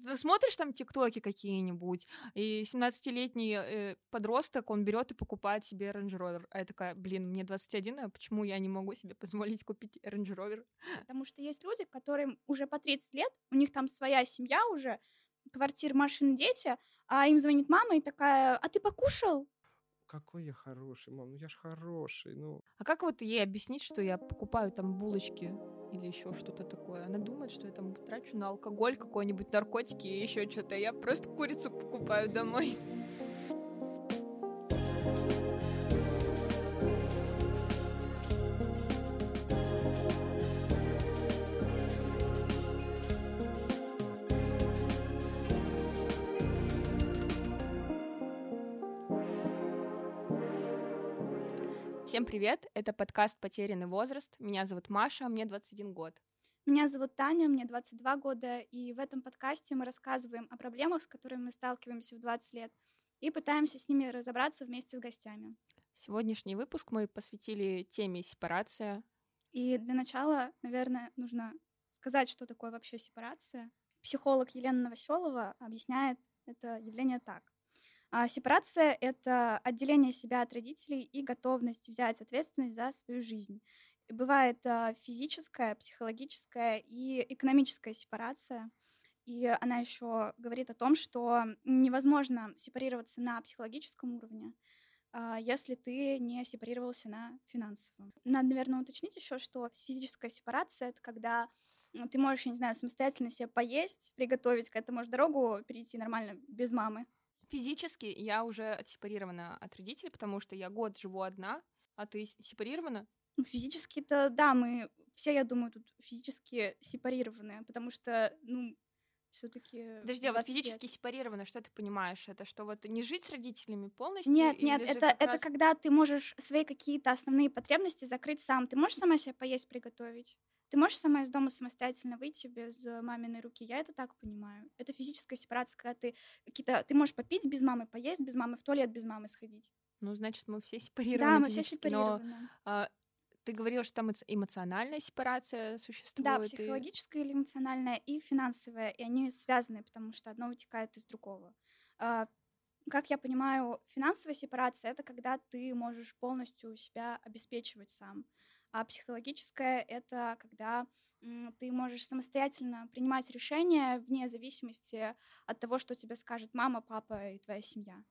смотришь там тиктоки какие-нибудь, и 17-летний подросток, он берет и покупает себе Range Rover. А я такая, блин, мне 21, а почему я не могу себе позволить купить Range Rover? Потому что есть люди, которым уже по 30 лет, у них там своя семья уже, квартира, машины, дети, а им звонит мама и такая, а ты покушал? Какой я хороший, мам, ну я ж хороший, ну. А как вот ей объяснить, что я покупаю там булочки или еще что-то такое? Она думает, что я там трачу на алкоголь, какой-нибудь наркотики и еще что-то. Я просто курицу покупаю домой. Всем привет, это подкаст «Потерянный возраст». Меня зовут Маша, мне 21 год. Меня зовут Таня, мне 22 года, и в этом подкасте мы рассказываем о проблемах, с которыми мы сталкиваемся в 20 лет, и пытаемся с ними разобраться вместе с гостями. Сегодняшний выпуск мы посвятили теме сепарация. И для начала, наверное, нужно сказать, что такое вообще сепарация. Психолог Елена Новоселова объясняет это явление так. Сепарация — это отделение себя от родителей и готовность взять ответственность за свою жизнь. Бывает физическая, психологическая и экономическая сепарация. И она еще говорит о том, что невозможно сепарироваться на психологическом уровне, если ты не сепарировался на финансовом. Надо, наверное, уточнить еще, что физическая сепарация — это когда ты можешь, я не знаю, самостоятельно себе поесть, приготовить, когда ты можешь дорогу перейти нормально без мамы. Физически я уже отсепарирована от родителей, потому что я год живу одна, а ты сепарирована? Ну, физически-то, да, мы все, я думаю, тут физически сепарированы, потому что, все-таки. Подожди, а вот физически сепарирована, что ты понимаешь? Это что, вот не жить с родителями полностью? Нет, или же это раз... когда ты можешь свои какие-то основные потребности закрыть сам. Ты можешь сама себе поесть, приготовить? Ты можешь сама из дома самостоятельно выйти без маминой руки? Я это так понимаю. Это физическая сепарация, когда ты можешь попить без мамы, поесть без мамы, в туалет без мамы сходить. Ну, значит, мы все сепарированы. Да, мы все сепарированы. Но ты говорила, что там эмоциональная сепарация существует. Да, психологическая или эмоциональная, и финансовая, и они связаны, потому что одно вытекает из другого. Как я понимаю, финансовая сепарация — это когда ты можешь полностью себя обеспечивать сам. А психологическая — это когда ты можешь самостоятельно принимать решения вне зависимости от того, что тебе скажет мама, папа и твоя семья.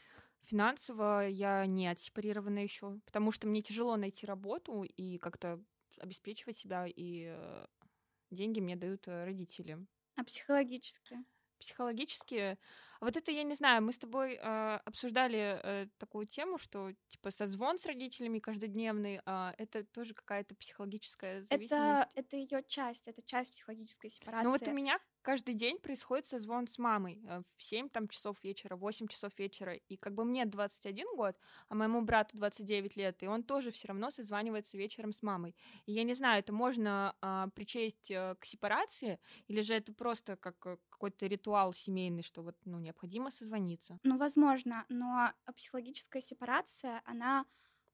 Финансово я не отсепарирована еще, потому что мне тяжело найти работу и как-то обеспечивать себя, и деньги мне дают родители. А психологически? Психологически, вот это я не знаю, мы с тобой обсуждали такую тему, что типа созвон с родителями каждодневный, это тоже какая-то психологическая зависимость. Это ее часть, это часть психологической сепарации. Ну вот у меня каждый день происходит созвон с мамой в 7 часов вечера, 8 часов вечера, и как бы мне 21 год, а моему брату 29 лет, и он тоже все равно созванивается вечером с мамой. И я не знаю, это можно причесть к сепарации, или же это просто как какой-то ритуал семейный, что вот необходимо созвониться? Ну, возможно, но психологическая сепарация, она,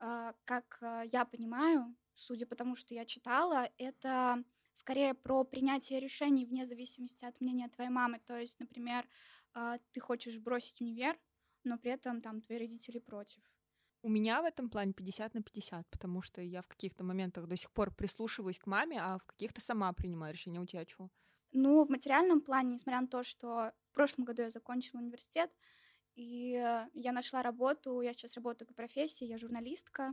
как я понимаю, судя по тому, что я читала, это скорее про принятие решений вне зависимости от мнения твоей мамы. То есть, например, ты хочешь бросить универ, но при этом там твои родители против. У меня в этом плане 50/50, потому что я в каких-то моментах до сих пор прислушиваюсь к маме, а в каких-то сама принимаю решение. У тебя чего? Ну, в материальном плане, несмотря на то, что в прошлом году я закончила университет, и я нашла работу, я сейчас работаю по профессии, я журналистка.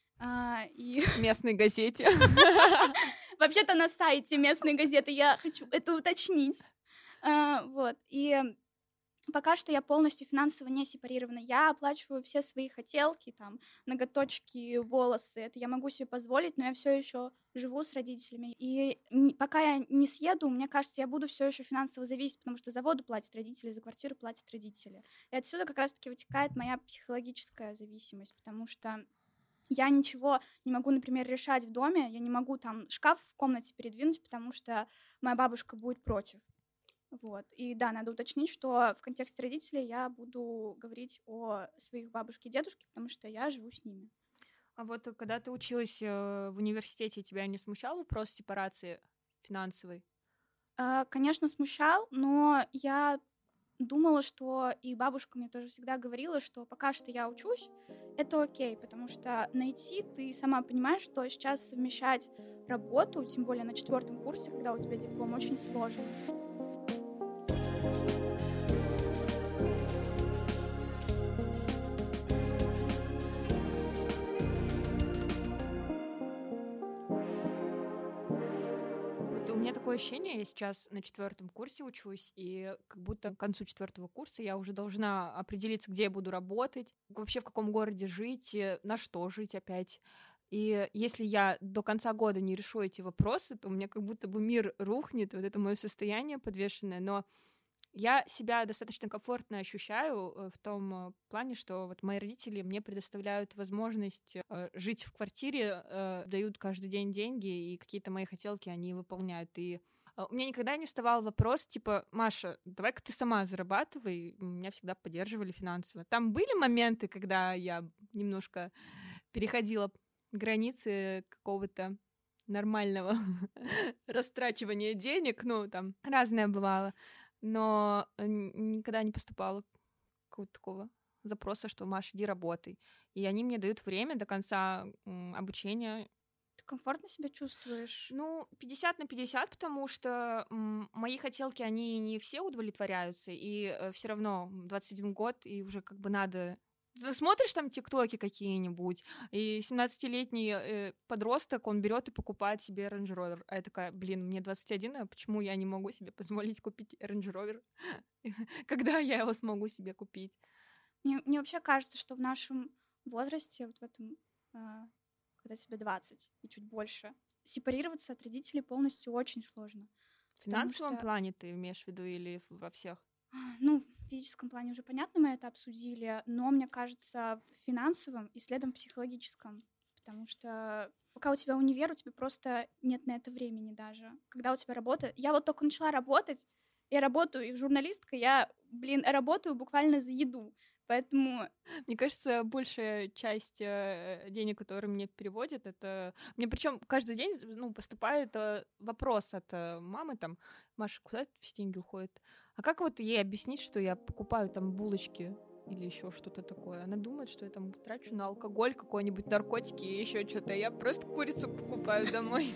В местной газете. Вообще-то на сайте местной газеты, я хочу это уточнить. Вот, и пока что я полностью финансово не сепарирована. Я оплачиваю все свои хотелки, там, ноготочки, волосы. Это я могу себе позволить, но я все еще живу с родителями. И пока я не съеду, мне кажется, я буду все еще финансово зависеть, потому что за воду платят родители, за квартиру платят родители. И отсюда как раз-таки вытекает моя психологическая зависимость, потому что я ничего не могу, например, решать в доме, я не могу там шкаф в комнате передвинуть, потому что моя бабушка будет против. Вот. И да, надо уточнить, что в контексте родителей я буду говорить о своих бабушке и дедушке, потому что я живу с ними. А вот когда ты училась в университете, тебя не смущал вопрос сепарации финансовой? Конечно, смущал, но я думала, что и бабушка мне тоже всегда говорила, что пока что я учусь, это окей, потому что найти, ты сама понимаешь, что сейчас совмещать работу, тем более на 4 курсе, когда у тебя диплом, очень сложно. Вот у меня такое ощущение, я сейчас на 4 курсе учусь, и как будто к концу 4 курса я уже должна определиться, где я буду работать, вообще в каком городе жить, на что жить опять. И если я до конца года не решу эти вопросы, то у меня как будто бы мир рухнет, вот это мое состояние подвешенное. Но я себя достаточно комфортно ощущаю в том плане, что вот мои родители мне предоставляют возможность жить в квартире, дают каждый день деньги, и какие-то мои хотелки они выполняют. И у меня никогда не вставал вопрос, типа, Маша, давай-ка ты сама зарабатывай. Меня всегда поддерживали финансово. Там были моменты, когда я немножко переходила границы какого-то нормального растрачивания денег, ну, там разное бывало. Но никогда не поступало какого-то такого запроса, что Маша, иди работай. И они мне дают время до конца обучения. Ты комфортно себя чувствуешь? Ну, 50/50, потому что мои хотелки, они не все удовлетворяются, и все равно 21 год, и уже как бы надо... Смотришь там тиктоки какие-нибудь, и 17-летний подросток, он берет и покупает себе Range Rover. А я такая, блин, мне 21, а почему я не могу себе позволить купить Range Rover? Когда я его смогу себе купить? Мне вообще кажется, что в нашем возрасте, вот в этом, когда тебе 20 и чуть больше, сепарироваться от родителей полностью очень сложно. В финансовом плане ты имеешь в виду или во всех? Ну, в физическом плане уже понятно, мы это обсудили, но, мне кажется, в финансовом и следом в психологическом, потому что пока у тебя универ, у тебя просто нет на это времени даже. Когда у тебя работа... Я вот только начала работать, я работаю и журналисткой, я, работаю буквально за еду, поэтому... Мне кажется, большая часть денег, которые мне переводят, это... Мне причем каждый день поступает вопрос от мамы, там, Маша, куда все деньги уходят? А как вот ей объяснить, что я покупаю там булочки или еще что-то такое? Она думает, что я там трачу на алкоголь, какой-нибудь наркотики и еще что-то. Я просто курицу покупаю домой.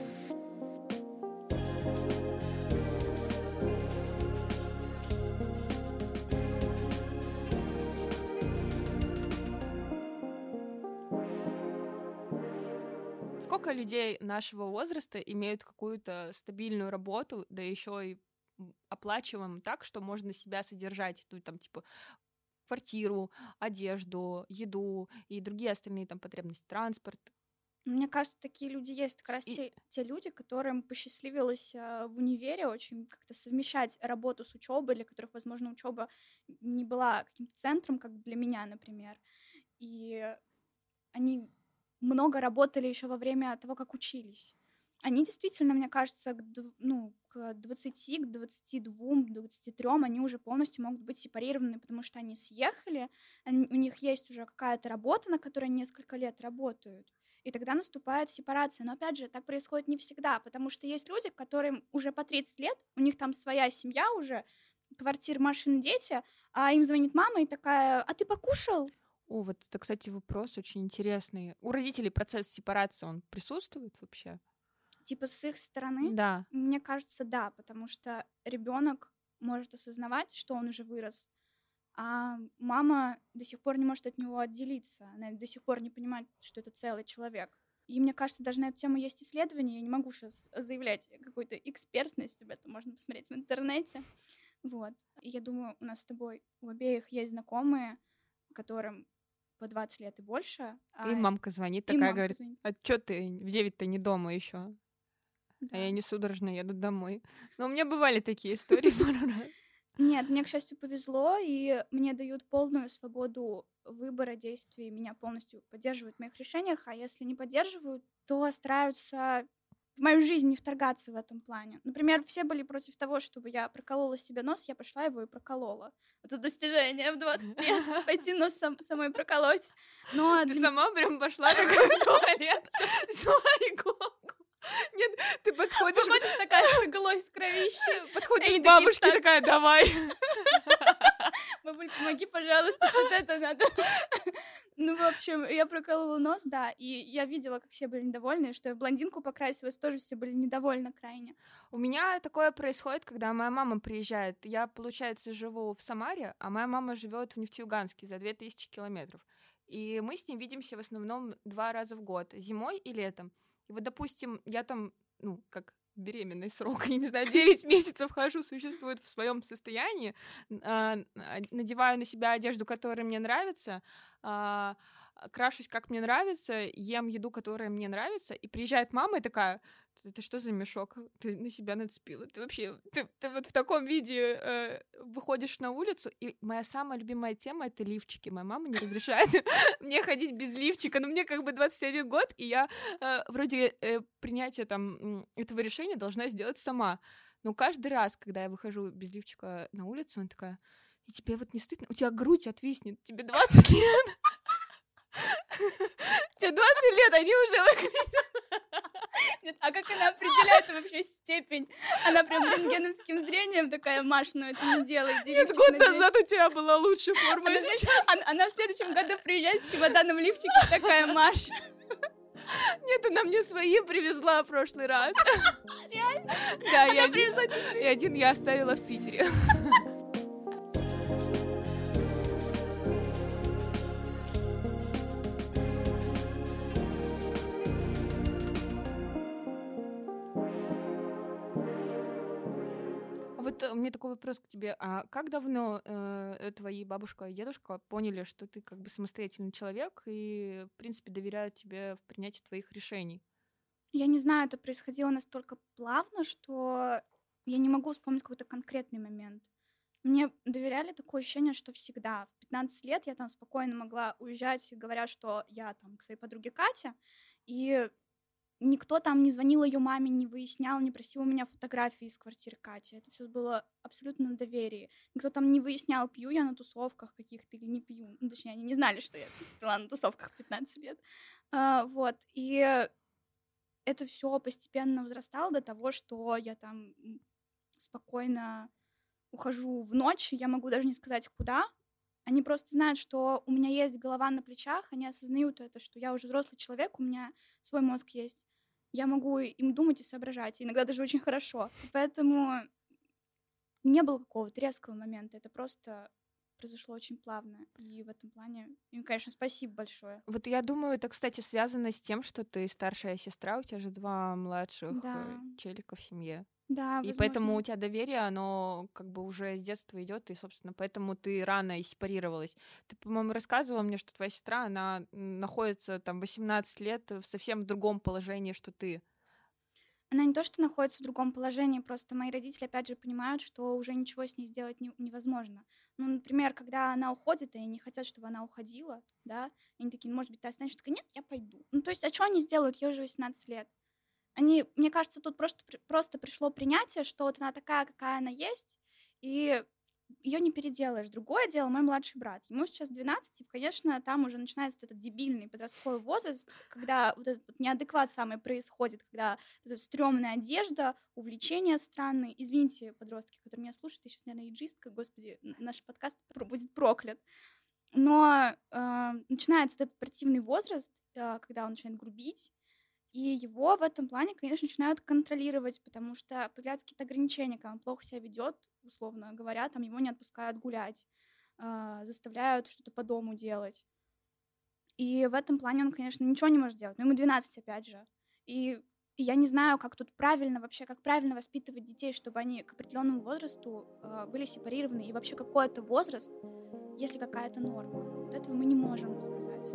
Сколько людей нашего возраста имеют какую-то стабильную работу, да еще и оплачиваем так, что можно себя содержать, ну, там, типа, квартиру, одежду, еду и другие остальные там потребности, транспорт. Мне кажется, такие люди есть. Как раз те люди, которым посчастливилось в универе очень как-то совмещать работу с учебой, для которых, возможно, учеба не была каким-то центром, как для меня, например. И они много работали еще во время того, как учились. Они действительно, мне кажется, к 20, к 22, 23 они уже полностью могут быть сепарированы, потому что они съехали, у них есть уже какая-то работа, на которой они несколько лет работают, и тогда наступает сепарация. Но, опять же, так происходит не всегда, потому что есть люди, которым уже по 30 лет, у них там своя семья уже, квартира, машины, дети, а им звонит мама и такая, а ты покушал? О, вот это, кстати, вопрос очень интересный. У родителей процесс сепарации, он присутствует вообще? Типа с их стороны? Да. Мне кажется, да, потому что ребенок может осознавать, что он уже вырос, а мама до сих пор не может от него отделиться. Она до сих пор не понимает, что это целый человек. И мне кажется, даже на эту тему есть исследования. Я не могу сейчас заявлять какую-то экспертность об этом, можно посмотреть в интернете. Вот. И я думаю, у нас с тобой у обеих есть знакомые, которым по 20 лет и больше. И мамка звонит, такая говорит, а чё ты в 9-то не дома еще? Да. А я не судорожно еду домой. Но у меня бывали такие истории пару раз. Нет, мне, к счастью, повезло, и мне дают полную свободу выбора действий, меня полностью поддерживают в моих решениях, а если не поддерживают, то стараются в мою жизнь не вторгаться в этом плане. Например, все были против того, чтобы я проколола себе нос, я пошла его и проколола. Это достижение в 20 лет, пойти нос самой проколоть. Но ты сама прям пошла такая в туалет, взяла иголку Нет, ты подходишь Выходишь такая с иглой, с кровищей. подходишь Они к такие, бабушке, «Так». такая, давай. Бабуль, помоги, пожалуйста, вот это надо. Ну, в общем, я проколола нос, да, и я видела, как все были недовольны, что я в блондинку покрасилась, тоже все были недовольны крайне. У меня такое происходит, когда моя мама приезжает. Я, получается, живу в Самаре, а моя мама живет в Нефтеюганске за 2000 километров. И мы с ней видимся в основном 2 раза в год, зимой и летом. И вот, допустим, я там, ну, как беременный срок, я не знаю, 9 месяцев хожу, существует в своем состоянии, надеваю на себя одежду, которая мне нравится, крашусь, как мне нравится, ем еду, которая мне нравится, и приезжает мама и такая: это что за мешок? Ты на себя нацепила? Ты вообще, ты вот в таком виде выходишь на улицу, и моя самая любимая тема — это лифчики. Моя мама не разрешает мне ходить без лифчика, но мне как бы 21 год, и я вроде принятие там этого решения должна сделать сама. Но каждый раз, когда я выхожу без лифчика на улицу, она такая: и тебе вот не стыдно? У тебя грудь отвиснет, тебе 20 лет. Тебе 20 лет, они уже Нет, а как она определяет вообще степень? Она прям рентгеновским зрением такая: Маш, ну это не делай, иди Нет, лифчик год надень». назад у тебя была лучшая форма, Она, а знаешь, сейчас... она в следующем году приезжает с чемоданом в лифчике, такая: Маш. Нет, она мне свои привезла в прошлый раз. Реально? Да, Она привезла тебе свои? и один я оставила в Питере. Вот у меня такой вопрос к тебе. А как давно твои бабушка и дедушка поняли, что ты как бы самостоятельный человек и, в принципе, доверяют тебе в принятии твоих решений? Я не знаю, это происходило настолько плавно, что я не могу вспомнить какой-то конкретный момент. Мне доверяли, такое ощущение, что всегда. В 15 лет я там спокойно могла уезжать, говоря, что я там к своей подруге Кате, и никто там не звонил ее маме, не выяснял, не просил у меня фотографии из квартиры Кати. Это все было абсолютно на доверии. Никто там не выяснял, пью я на тусовках каких-то или не пью. Ну, точнее, они не знали, что я пила на тусовках в 15 лет. Вот. И это все постепенно возрастало до того, что я там спокойно ухожу в ночь, я могу даже не сказать куда. Они просто знают, что у меня есть голова на плечах, они осознают это, что я уже взрослый человек, у меня свой мозг есть. Я могу им думать и соображать, иногда даже очень хорошо. И поэтому не было какого-то резкого момента, это просто произошло очень плавно. И в этом плане им, конечно, спасибо большое. Вот я думаю, это, кстати, связано с тем, что ты старшая сестра, у тебя же 2 младших Да. челика в семье. Да, И возможно. поэтому у тебя доверие, оно как бы уже с детства идет, и, собственно, поэтому ты рано и сепарировалась. Ты, по-моему, рассказывала мне, что твоя сестра, она находится там 18 лет в совсем другом положении, что ты. Она не то, что находится в другом положении, просто мои родители, опять же, понимают, что уже ничего с ней сделать невозможно. Ну, например, когда она уходит, и они хотят, чтобы она уходила, да, они такие: ну, может быть, ты останешься? Такая: нет, я пойду. Ну, то есть, а что они сделают? Ей уже 18 лет. Они, мне кажется, тут просто пришло принятие, что вот она такая, какая она есть, и ее не переделаешь. Другое дело мой младший брат. Ему сейчас 12, и, конечно, там уже начинается вот этот дебильный подростковый возраст, когда вот этот вот неадекват самый происходит, когда вот эта стрёмная одежда, увлечения странные. Извините, подростки, которые меня слушают, я сейчас, наверное, эйджистка, господи, наш подкаст будет проклят. Но начинается вот этот противный возраст, когда он начинает грубить, и его в этом плане, конечно, начинают контролировать, потому что появляются какие-то ограничения, когда он плохо себя ведет, условно говоря, там его не отпускают гулять, заставляют что-то по дому делать. И в этом плане он, конечно, ничего не может делать. Но ему 12, опять же. И я не знаю, как тут правильно вообще, как правильно воспитывать детей, чтобы они к определенному возрасту были сепарированы. И вообще какой-то возраст, если какая-то норма. Вот этого мы не можем сказать.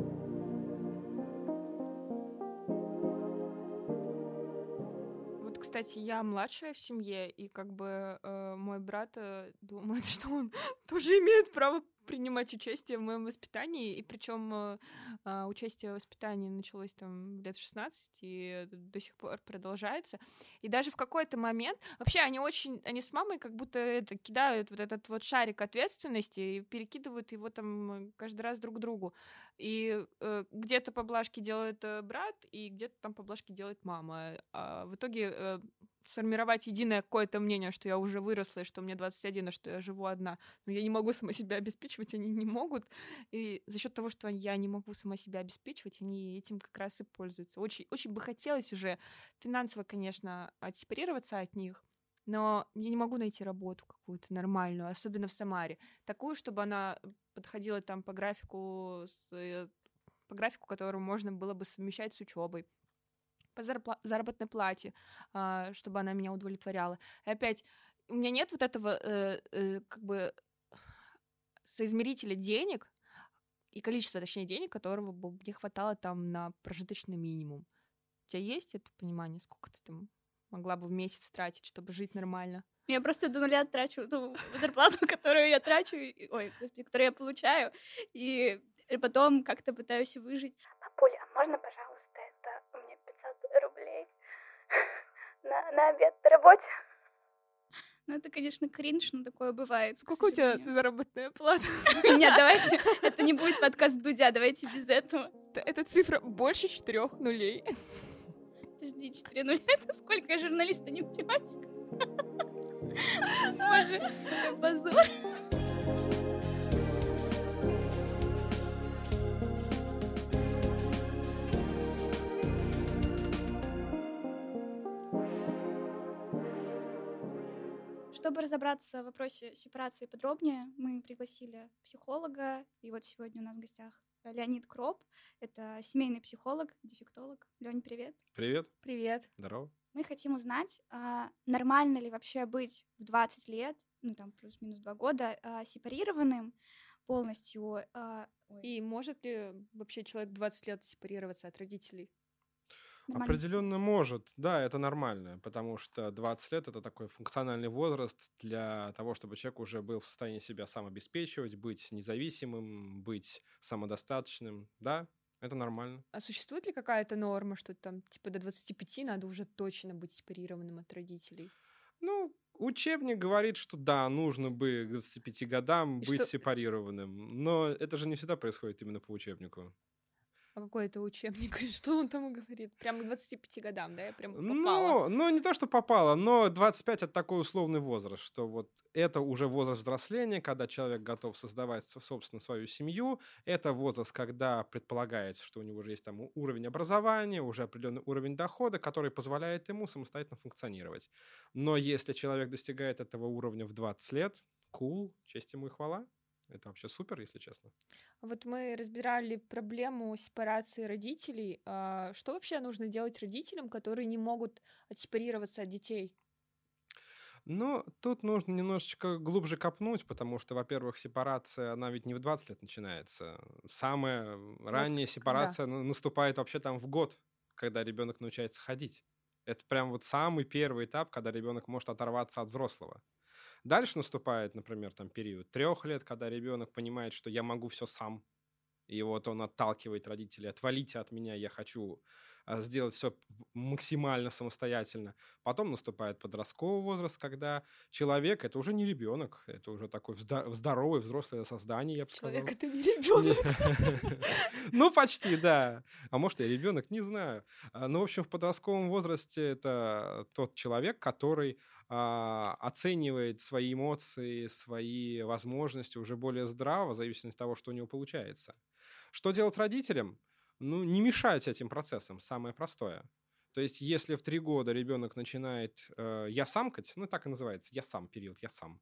Кстати, я младшая в семье, и как бы мой брат думает, что он тоже имеет право принимать участие в моем воспитании, и причем участие в воспитании началось там лет 16 и до сих пор продолжается. И даже в какой-то момент вообще они с мамой как будто это кидают вот этот вот шарик ответственности и перекидывают его там каждый раз друг другу. И где-то поблажки делает брат, и где-то там поблажки делает мама. А в итоге сформировать единое какое-то мнение, что я уже выросла, и что мне 21, и что я живу одна. Но я не могу сама себя обеспечивать, они не могут. И за счет того, что я не могу сама себя обеспечивать, они этим как раз и пользуются. Очень, очень бы хотелось уже финансово, конечно, отсепарироваться от них, но я не могу найти работу какую-то нормальную, особенно в Самаре. Такую, чтобы она подходила там по графику, которому можно было бы совмещать с учебой, по заработной плате, чтобы она меня удовлетворяла. И опять, у меня нет вот этого как бы соизмерителя денег и количества, точнее, денег, которого бы мне хватало там на прожиточный минимум. У тебя есть это понимание, сколько ты там могла бы в месяц тратить, чтобы жить нормально? Я просто до нуля трачу ту зарплату, которую я трачу, которую я получаю, и потом как-то пытаюсь выжить. Папуля, а можно, пожалуйста, это мне 500 рублей на обед на работе? Ну, это, конечно, кринж, но такое бывает. Сколько у тебя заработная плата? Нет, давайте, это не будет подкаст Дудя, давайте без этого. Эта цифра больше 4 нулей. Подожди, 4 нуля, это сколько? Я журналист, а не математик. Боже, какой позор. Чтобы разобраться в вопросе сепарации подробнее, мы пригласили психолога, и вот сегодня у нас в гостях Леонид Кроп. Это семейный психолог, дефектолог. Лёнь, привет. Привет. Привет. Здорово. Мы хотим узнать, нормально ли вообще быть в 20 лет, ну там плюс-минус 2 года, сепарированным полностью. И может ли вообще человек в 20 лет сепарироваться от родителей? Нормально. Определенно может. Да, это нормально, потому что 20 лет — это такой функциональный возраст для того, чтобы человек уже был в состоянии себя сам обеспечивать, быть независимым, быть самодостаточным. Да, это нормально. А существует ли какая-то норма, что там типа до 25 надо уже точно быть сепарированным от родителей? Ну, учебник говорит, что да, нужно бы к 25 годам И быть что- сепарированным, но это же не всегда происходит именно по учебнику. А какой это учебник? Что он там говорит? Прямо к 25 годам, да? Я прям попала. Ну, не то, что попало, но 25 — это такой условный возраст, что вот это уже возраст взросления, когда человек готов создавать, собственно, свою семью. Это возраст, когда предполагается, что у него уже есть там уровень образования, уже определенный уровень дохода, который позволяет ему самостоятельно функционировать. Но если человек достигает этого уровня в 20 лет, cool, честь ему и хвала. Это вообще супер, если честно. Вот мы разбирали проблему сепарации родителей. Что вообще нужно делать родителям, которые не могут отсепарироваться от детей? Ну, тут нужно немножечко глубже копнуть, потому что, во-первых, сепарация, она ведь не в 20 лет начинается. Самая ранняя сепарация наступает вообще там в год, когда ребенок научается ходить. Это прям вот самый первый этап, когда ребенок может оторваться от взрослого. Дальше наступает, например, там период 3 лет, когда ребенок понимает, что я могу все сам. И вот он отталкивает родителей: отвалите от меня, я хочу сделать все максимально самостоятельно. Потом наступает подростковый возраст, когда человек — это уже не ребенок, это уже такой здоровый взрослое создание, я бы сказал. Человек — это не ребенок. Ну, почти, да. А может, и ребенок, не знаю. Ну, в общем, в подростковом возрасте это тот человек, который оценивает свои эмоции, свои возможности уже более здраво, в зависимости от того, что у него получается. Что делать родителям? Ну, не мешать этим процессам, самое простое. То есть, если в 3 года ребенок начинает ясамкать, ну, так и называется, я сам, период я сам,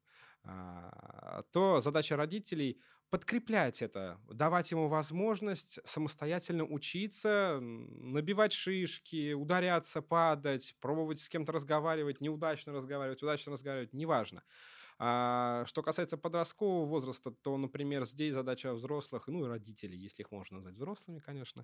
то задача родителей — подкреплять это, давать ему возможность самостоятельно учиться, набивать шишки, ударяться, падать, пробовать с кем-то разговаривать, неудачно разговаривать, удачно разговаривать, неважно. Что касается подросткового возраста, то, например, здесь задача взрослых, ну и родителей, если их можно назвать взрослыми, конечно,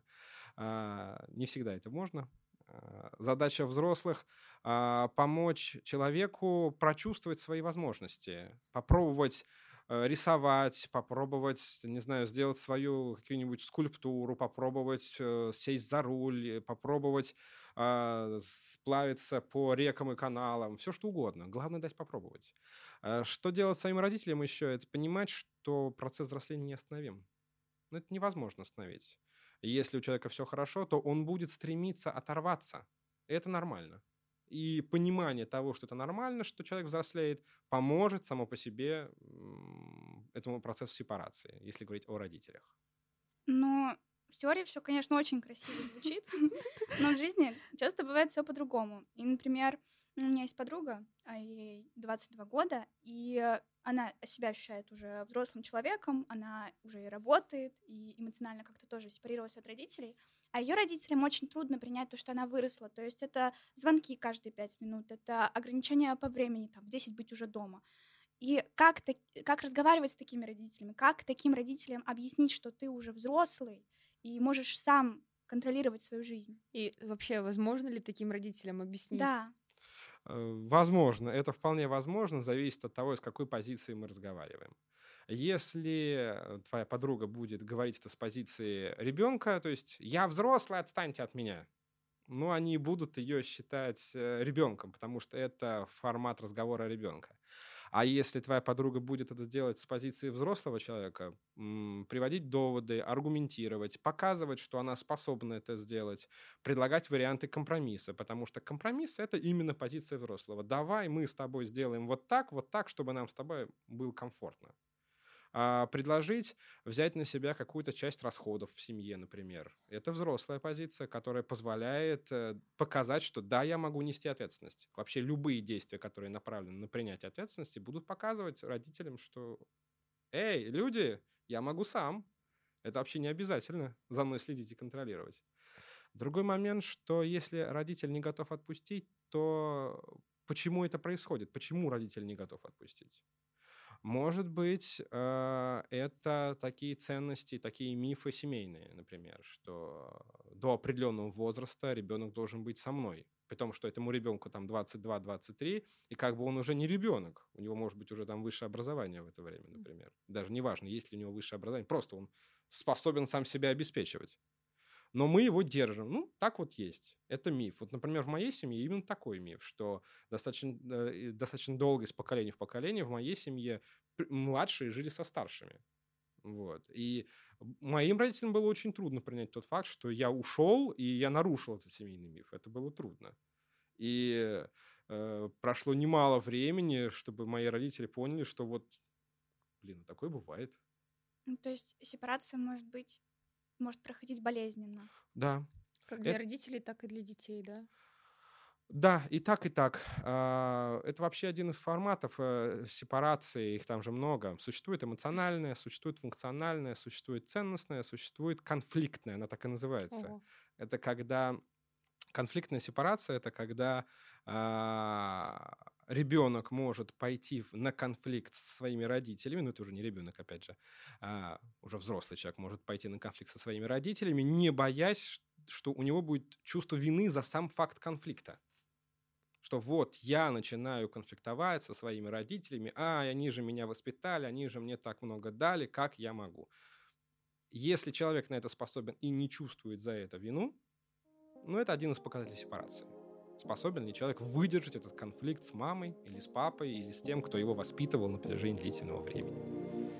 не всегда это можно. Задача взрослых — помочь человеку прочувствовать свои возможности, попробовать рисовать, попробовать, не знаю, сделать свою какую-нибудь скульптуру, попробовать сесть за руль, попробовать сплавиться по рекам и каналам, все что угодно. Главное дать попробовать. Что делать своим родителям еще? Это понимать, что процесс взросления неостановим. Но это невозможно остановить. Если у человека все хорошо, то он будет стремиться оторваться. И это нормально. И понимание того, что это нормально, что человек взрослеет, поможет само по себе этому процессу сепарации, если говорить о родителях. Но в теории все, конечно, очень красиво звучит, но в жизни часто бывает все по-другому. И, например, у меня есть подруга, ей 22 года, и она себя ощущает уже взрослым человеком, она уже и работает, и эмоционально как-то тоже сепарировалась от родителей. А ее родителям очень трудно принять то, что она выросла. То есть это звонки каждые 5 минут, это ограничения по времени, там, в 10 быть уже дома. И как разговаривать с такими родителями? Как таким родителям объяснить, что ты уже взрослый и можешь сам контролировать свою жизнь? И вообще, возможно ли таким родителям объяснить? Да. Возможно, это вполне возможно, зависит от того, из какой позиции мы разговариваем. Если твоя подруга будет говорить это с позиции ребенка, то есть «я взрослый, отстаньте от меня», ну, они будут ее считать ребенком, потому что это формат разговора ребенка. А если твоя подруга будет это делать с позиции взрослого человека, приводить доводы, аргументировать, показывать, что она способна это сделать, предлагать варианты компромисса, потому что компромисс — это именно позиция взрослого. Давай мы с тобой сделаем вот так, чтобы нам с тобой было комфортно. Предложить взять на себя какую-то часть расходов в семье, например. Это взрослая позиция, которая позволяет показать, что да, я могу нести ответственность. Вообще любые действия, которые направлены на принятие ответственности, будут показывать родителям, что «Эй, люди, я могу сам». Это вообще не обязательно за мной следить и контролировать. Другой момент, что если родитель не готов отпустить, то почему это происходит? Почему родитель не готов отпустить? Может быть, это такие ценности, такие мифы семейные, например, что до определенного возраста ребенок должен быть со мной, при том, что этому ребенку там 22-23, и как бы он уже не ребенок, у него может быть уже там высшее образование в это время, например. Даже неважно, есть ли у него высшее образование, просто он способен сам себя обеспечивать. Но мы его держим. Ну, так вот есть. Это миф. Вот, например, в моей семье именно такой миф, что достаточно долго из поколения в поколение в моей семье младшие жили со старшими. Вот. И моим родителям было очень трудно принять тот факт, что я ушел, и я нарушил этот семейный миф. Это было трудно. И прошло немало времени, чтобы мои родители поняли, что вот, такое бывает. Ну, то есть сепарация может проходить болезненно. Да. Как для родителей, так и для детей, да? Да, и так, и так. Это вообще один из форматов сепарации, их там же много. Существует эмоциональная, существует функциональная, существует ценностная, существует конфликтная, она так и называется. Ого. Это когда конфликтная сепарация, это когда ребенок может пойти на конфликт со своими родителями, но это уже не ребенок, опять же, уже взрослый человек может пойти на конфликт со своими родителями, не боясь, что у него будет чувство вины за сам факт конфликта. Что вот я начинаю конфликтовать со своими родителями, они же меня воспитали, они же мне так много дали, как я могу? Если человек на это способен и не чувствует за это вину, это один из показателей сепарации. Способен ли человек выдержать этот конфликт с мамой или с папой, или с тем, кто его воспитывал на протяжении длительного времени?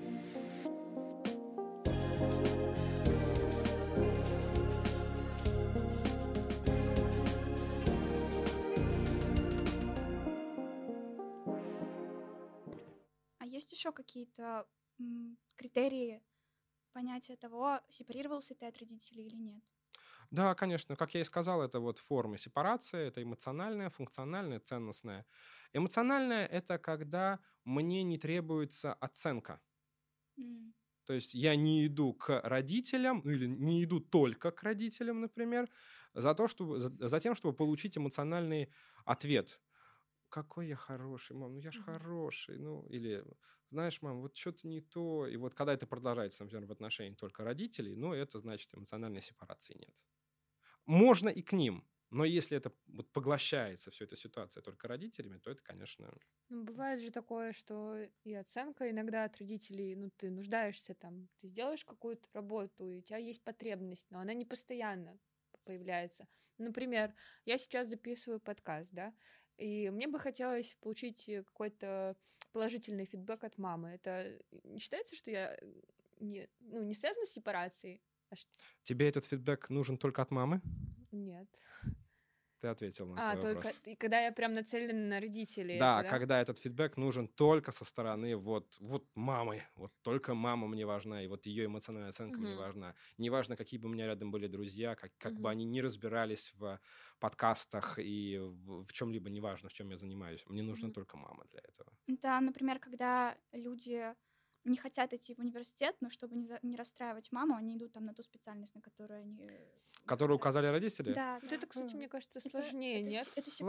Есть еще какие-то критерии понятия того, сепарировался ты от родителей или нет? Да, конечно. Как я и сказал, это вот формы сепарации. Это эмоциональная, функциональная, ценностная. Эмоциональная — это когда мне не требуется оценка. То есть я не иду к родителям, или не иду только к родителям, например, за тем, чтобы получить эмоциональный ответ. Какой я хороший, мам, я ж хороший, или, знаешь, мам, вот что-то не то. И вот когда это продолжается, например, в отношении только родителей, это значит, эмоциональной сепарации нет. Можно и к ним, Но если это вот поглощается, вся эта ситуация только родителями, то это, конечно... Ну, бывает же такое, что и оценка иногда от родителей, ну, ты нуждаешься там, ты сделаешь какую-то работу, и у тебя есть потребность, но она не постоянно появляется. Например, я сейчас записываю подкаст, да, и мне бы хотелось получить какой-то положительный фидбэк от мамы. Это не считается, что я не связана с сепарацией? Тебе этот фидбэк нужен только от мамы? Нет. Ты ответил на свой только вопрос. и когда я прям нацелена на родителей. Да, это, да, когда этот фидбэк нужен только со стороны вот мамы. Вот только мама мне важна, и вот ее эмоциональная оценка мне важна. Неважно, какие бы у меня рядом были друзья, как бы они ни разбирались в подкастах и в чем-либо, неважно, в чем я занимаюсь. Мне нужна только мама для этого. Да, например, когда люди не хотят идти в университет, но чтобы не расстраивать маму, они идут там на ту специальность, на которую они... Которую указали родители? Да, Вот да. это, кстати, мне кажется, сложнее, нет?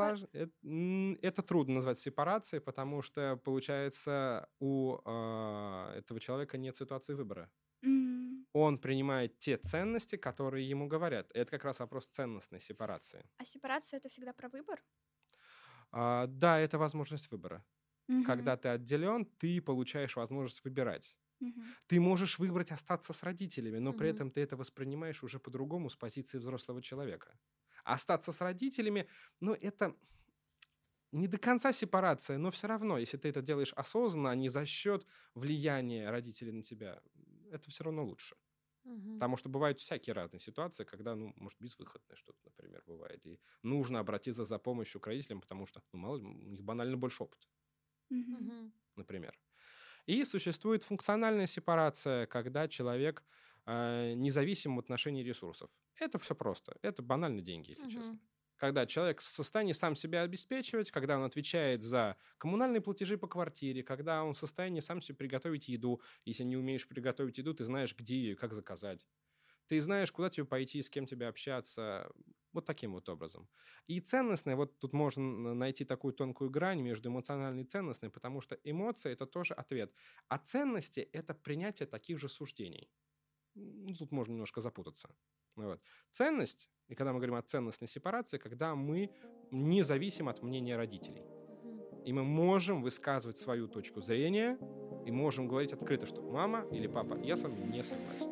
Это трудно назвать сепарацией, потому что, получается, у этого человека нет ситуации выбора. Он принимает те ценности, которые ему говорят. Это как раз вопрос ценностной сепарации. А сепарация — это всегда про выбор? Да, это возможность выбора. Когда ты отделен, ты получаешь возможность выбирать. Ты можешь выбрать остаться с родителями, но при этом ты это воспринимаешь уже по-другому с позиции взрослого человека. Остаться с родителями, ну, это не до конца сепарация, но все равно, если ты это делаешь осознанно, а не за счет влияния родителей на тебя, это все равно лучше. Потому что бывают всякие разные ситуации, когда, ну, может, безвыходное что-то, например, бывает. И нужно обратиться за помощью к родителям, потому что, ну, мало ли, у них банально больше опыта, например. И существует функциональная сепарация, когда человек независим в отношении ресурсов. Это все просто. Это банально деньги, если честно. Когда человек в состоянии сам себя обеспечивать, когда он отвечает за коммунальные платежи по квартире, когда он в состоянии сам себе приготовить еду. Если не умеешь приготовить еду, ты знаешь, где ее и как заказать. Ты знаешь, куда тебе пойти, с кем тебе общаться. Вот таким вот образом. И ценностное, вот тут можно найти такую тонкую грань между эмоциональной и ценностной, потому что эмоции – это тоже ответ. А ценности – это принятие таких же суждений. Ну, тут можно немножко запутаться. Вот. Ценность, и когда мы говорим о ценностной сепарации, когда мы не зависим от мнения родителей. И мы можем высказывать свою точку зрения, и можем говорить открыто, что мама или папа, я с вами не согласен.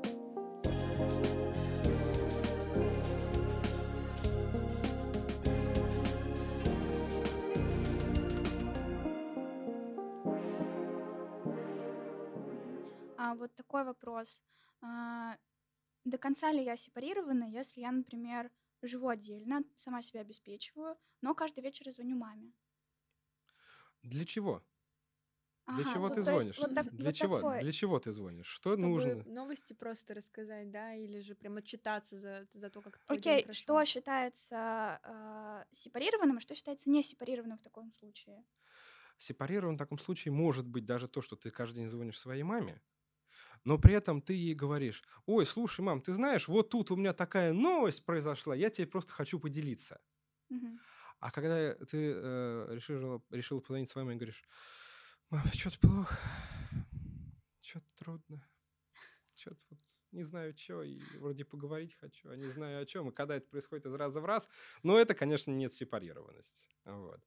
Вот такой вопрос. До конца ли я сепарирована, если я, например, живу отдельно, сама себя обеспечиваю, но каждый вечер звоню маме? Для чего? Для чего ты то есть звонишь? вот так- Для вот чего? такой. Для чего ты звонишь? Что Чтобы нужно? новости просто рассказать, да, или же прям отчитаться за то, как твой день Окей, прошел. что считается сепарированным, а что считается не сепарированным в таком случае? Сепарирован в таком случае может быть даже то, что ты каждый день звонишь своей маме, но при этом ты ей говоришь: ой, слушай, мам, ты знаешь, вот тут у меня такая новость произошла, я тебе просто хочу поделиться. А когда ты решила позвонить своей маме и говоришь: мам, что-то плохо, что-то трудно, что-то вот не знаю, что, и вроде поговорить хочу, а не знаю о чем. И когда это происходит из раза в раз, ну, это, конечно, нет сепарированности. Вот.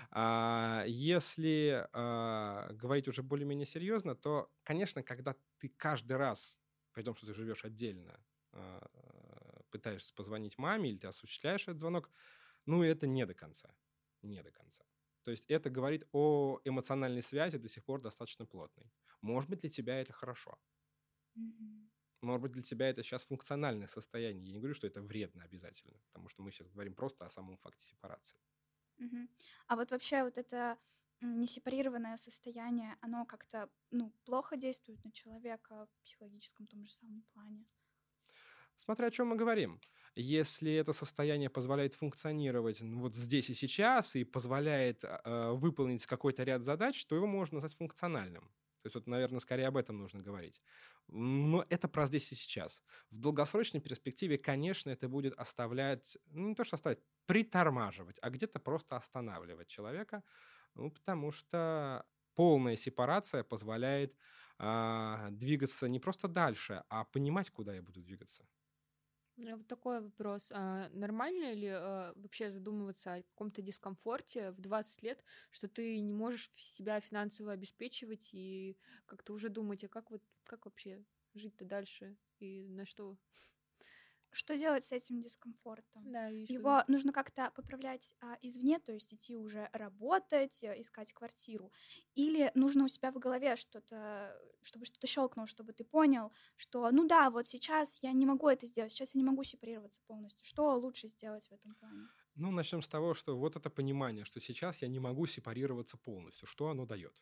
Если говорить уже более-менее серьезно, то, конечно, когда ты каждый раз, при том, что ты живешь отдельно, пытаешься позвонить маме или ты осуществляешь этот звонок, ну, это не до конца. Не до конца. То есть это говорит о эмоциональной связи до сих пор достаточно плотной. Может быть, для тебя это хорошо. Может быть, для тебя это сейчас функциональное состояние. Я не говорю, что это вредно обязательно, потому что мы сейчас говорим просто о самом факте сепарации. А вот вообще вот это несепарированное состояние, оно как-то плохо действует на человека в психологическом том же самом плане? Смотря о чем мы говорим. Если это состояние позволяет функционировать вот здесь и сейчас и позволяет выполнить какой-то ряд задач, то его можно назвать функциональным. То есть, вот, наверное, скорее об этом нужно говорить. Но это про здесь и сейчас. В долгосрочной перспективе, конечно, это будет оставлять, ну, не то что оставлять, притормаживать, а где-то просто останавливать человека, ну, потому что полная сепарация позволяет двигаться не просто дальше, а понимать, куда я буду двигаться. Вот такой вопрос. Нормально ли вообще задумываться о каком-то дискомфорте в 20 лет, что ты не можешь себя финансово обеспечивать и как-то уже думать, а как вообще жить-то дальше и на что? Что делать с этим дискомфортом? Да, и что Его нужно как-то поправлять извне, то есть идти уже работать, искать квартиру. Или нужно у себя в голове что-то, чтобы что-то щелкнуло, чтобы ты понял, что ну да, вот сейчас я не могу это сделать, сейчас я не могу сепарироваться полностью. Что лучше сделать в этом плане? Ну, начнем с того, что вот это понимание, что сейчас я не могу сепарироваться полностью. Что оно дает?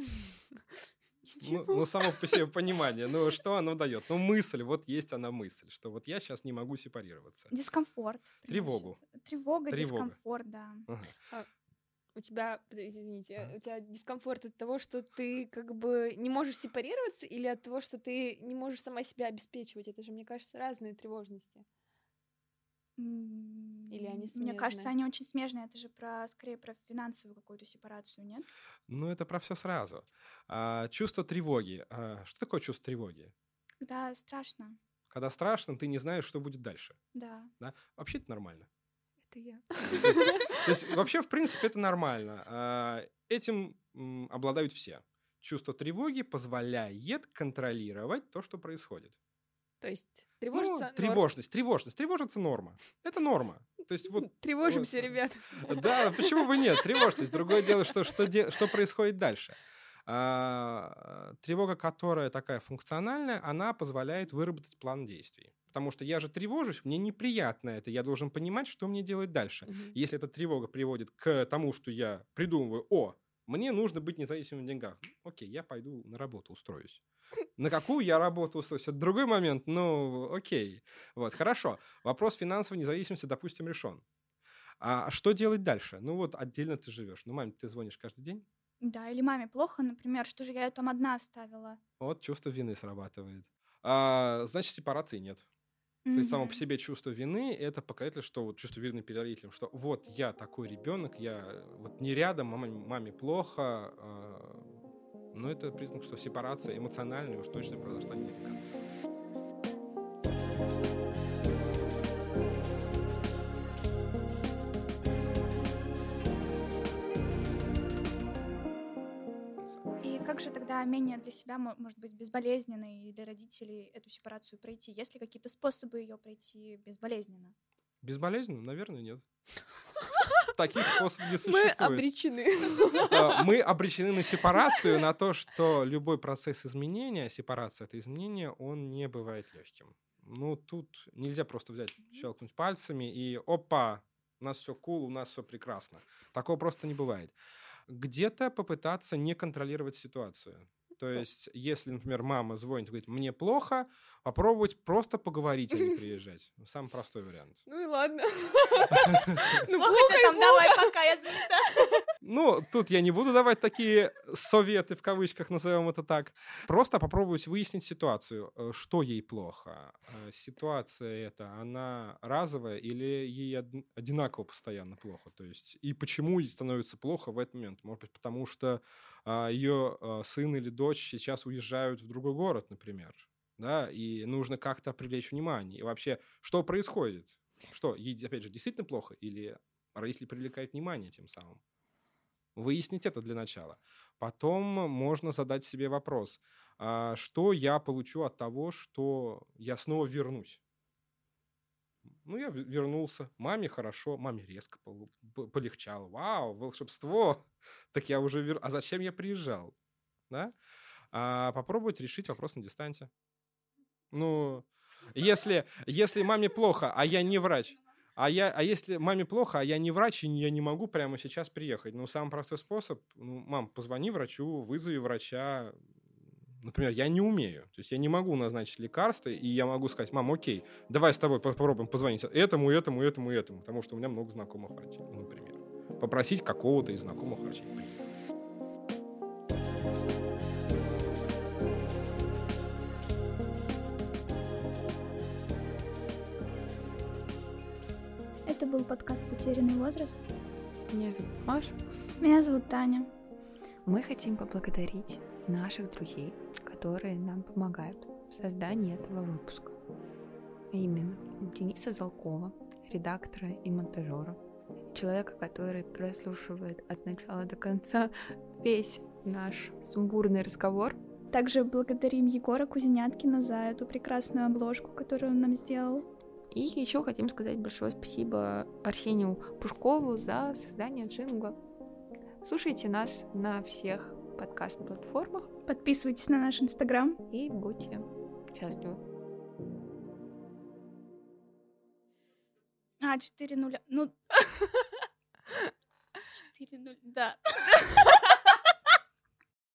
Ну, само по себе понимание. Ну, что оно дает? Ну, мысль, вот есть она мысль, что вот я сейчас не могу сепарироваться. Дискомфорт. Тревогу. Тревога, дискомфорт, да. Ага. У тебя, извините, у тебя дискомфорт от того, что ты как бы не можешь сепарироваться, или от того, что ты не можешь сама себя обеспечивать? Это же, мне кажется, разные тревожности. Или они смежные? Мне кажется, они очень смежные. Это же скорее про финансовую какую-то сепарацию, нет? Ну, это про все сразу. Чувство тревоги. Что такое чувство тревоги? Когда страшно. Когда страшно, ты не знаешь, что будет дальше. Да. Вообще это нормально. Это я. То есть вообще, в принципе, это нормально. Этим обладают все. Чувство тревоги позволяет контролировать то, что происходит. То есть тревожиться... Ну, тревожность. Тревожиться норма. Это норма. То есть вот... Тревожимся, ребят. Да, почему бы нет? Тревожьтесь. Другое дело, что происходит дальше. Тревога, которая такая функциональная, она позволяет выработать план действий. Потому что я же тревожусь, мне неприятно это, я должен понимать, что мне делать дальше. Если эта тревога приводит к тому, что я придумываю, мне нужно быть независимым в деньгах. Окей, я пойду на работу устроюсь. На какую я работу устроюсь? Это другой момент, окей. Вот, хорошо. Вопрос финансовой независимости, допустим, решен. А что делать дальше? Ну вот отдельно ты живешь. Ну, маме ты звонишь каждый день? Да, или маме плохо, например, что же я ее там одна оставила? Вот чувство вины срабатывает. Значит, сепарации нет. То есть само по себе чувство вины — это показатель, что вот чувство вины перед родителем, что вот я такой ребенок, я вот не рядом, маме плохо, но это признак, что сепарация эмоциональная уж точно произошла не до конца. Как же тогда менее для себя, может быть, безболезненно и для родителей эту сепарацию пройти? Есть ли какие-то способы ее пройти безболезненно? Безболезненно? Наверное, нет. Таких способов не существует. Мы обречены. Мы обречены на сепарацию, на то, что любой процесс изменения, сепарация — это изменение, он не бывает легким. Ну, тут нельзя просто взять, щелкнуть пальцами и опа, у нас все cool, у нас все прекрасно. Такого просто не бывает. Где-то попытаться не контролировать ситуацию. То есть, если, например, мама звонит и говорит, мне плохо, попробовать просто поговорить, а не приезжать. Самый простой вариант. Ну и ладно. Ну, плохо там, давай, пока я занята. Ну, тут я не буду давать такие советы, в кавычках назовем это так. Просто попробовать выяснить ситуацию, что ей плохо. Ситуация эта, она разовая или ей одинаково постоянно плохо? То есть, и почему ей становится плохо в этот момент? Может быть, потому что ее сын или дочь сейчас уезжают в другой город, например, да, и нужно как-то привлечь внимание. И вообще, что происходит? Что, ей, опять же, действительно плохо? Или родители привлекают внимание тем самым? Выяснить это для начала. Потом можно задать себе вопрос, что я получу от того, что я снова вернусь? Ну, я вернулся. Маме хорошо, маме резко полегчало. Вау, волшебство! Так я уже А зачем я приезжал? Да? Попробовать решить вопрос на дистанте. Ну, если маме плохо, а я не врач, а если маме плохо, а я не врач, и я не могу прямо сейчас приехать. Ну, самый простой способ, мам, позвони врачу, вызови врача. Например, я не умею. То есть я не могу назначить лекарства, и я могу сказать, мам, окей, давай с тобой попробуем позвонить этому, потому что у меня много знакомых врачей, например. Попросить какого-то из знакомых врачей приехать. Это был подкаст «Потерянный возраст». Меня зовут Маша. Меня зовут Таня. Мы хотим поблагодарить наших друзей, которые нам помогают в создании этого выпуска. А именно Дениса Залкова, редактора и монтажера. Человека, который прослушивает от начала до конца весь наш сумбурный разговор. Также благодарим Егора Кузеняткина за эту прекрасную обложку, которую он нам сделал. И еще хотим сказать большое спасибо Арсению Пушкову за создание джингла. Слушайте нас на всех подкаст-платформах. Подписывайтесь на наш Инстаграм. И будьте счастливы. 4:0. Ну... 4:0, да.